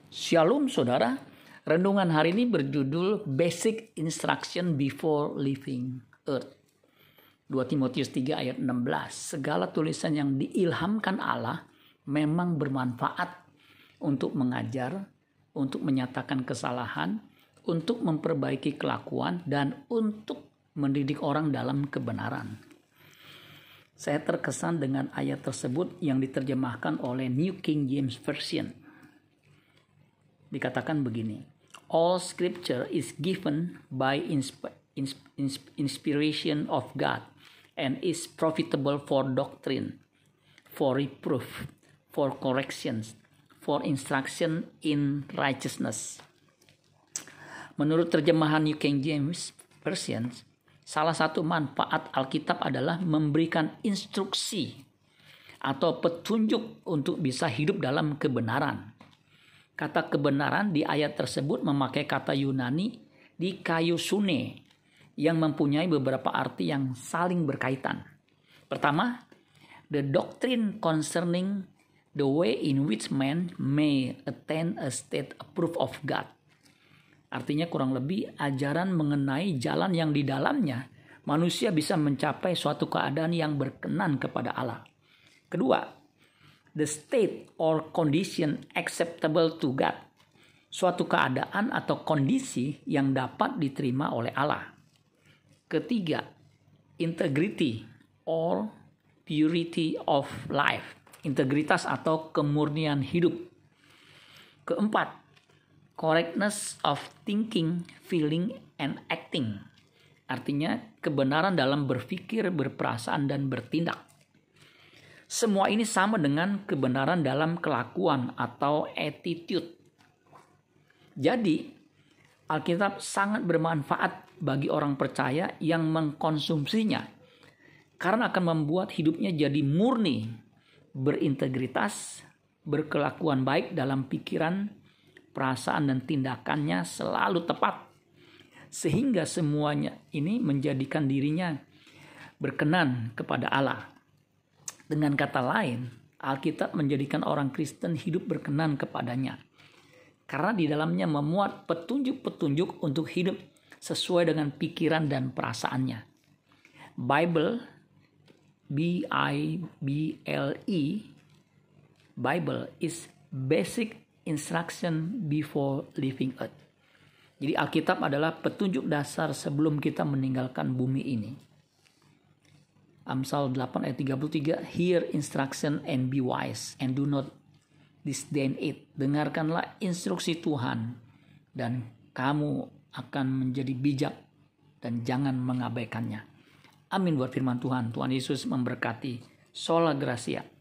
Shalom saudara, renungan hari ini berjudul Basic Instruction Before Leaving Earth. 2 Timotius 3 ayat 16. Segala tulisan yang diilhamkan Allah memang bermanfaat untuk mengajar, untuk menyatakan kesalahan, untuk memperbaiki kelakuan, dan untuk mendidik orang dalam kebenaran. Saya terkesan dengan ayat tersebut yang diterjemahkan oleh New King James Version. Dikatakan begini, all scripture is given by inspiration of God and is profitable for doctrine, for reproof, for corrections, for instruction in righteousness. Menurut terjemahan New King James Version, salah satu manfaat Alkitab adalah memberikan instruksi atau petunjuk untuk bisa hidup dalam kebenaran. Kata kebenaran di ayat tersebut memakai kata Yunani dikaiosune yang mempunyai beberapa arti yang saling berkaitan. Pertama, the doctrine concerning the way in which man may attain a state approved of God. Artinya kurang lebih ajaran mengenai jalan yang di dalamnya manusia bisa mencapai suatu keadaan yang berkenan kepada Allah. Kedua, the state or condition acceptable to God. Suatu keadaan atau kondisi yang dapat diterima oleh Allah. Ketiga, integrity or purity of life. Integritas atau kemurnian hidup. Keempat, correctness of thinking, feeling, and acting. Artinya kebenaran dalam berpikir, berperasaan, dan bertindak. Semua ini sama dengan kebenaran dalam kelakuan atau attitude. Jadi, Alkitab sangat bermanfaat bagi orang percaya yang mengkonsumsinya karena akan membuat hidupnya jadi murni, berintegritas, berkelakuan baik dalam pikiran, perasaan, dan tindakannya selalu tepat. Sehingga semuanya ini menjadikan dirinya berkenan kepada Allah. Dengan kata lain, Alkitab menjadikan orang Kristen hidup berkenan kepadanya. Karena di dalamnya memuat petunjuk-petunjuk untuk hidup sesuai dengan pikiran dan perasaannya. Bible, B-I-B-L-E, Bible is basic instruction before leaving earth. Jadi Alkitab adalah petunjuk dasar sebelum kita meninggalkan bumi ini. Amsal 8 ayat 33, hear instruction and be wise and do not disdain it. Dengarkanlah instruksi Tuhan dan kamu akan menjadi bijak dan jangan mengabaikannya. Amin buat firman Tuhan. Tuhan Yesus memberkati. Sola Gracia.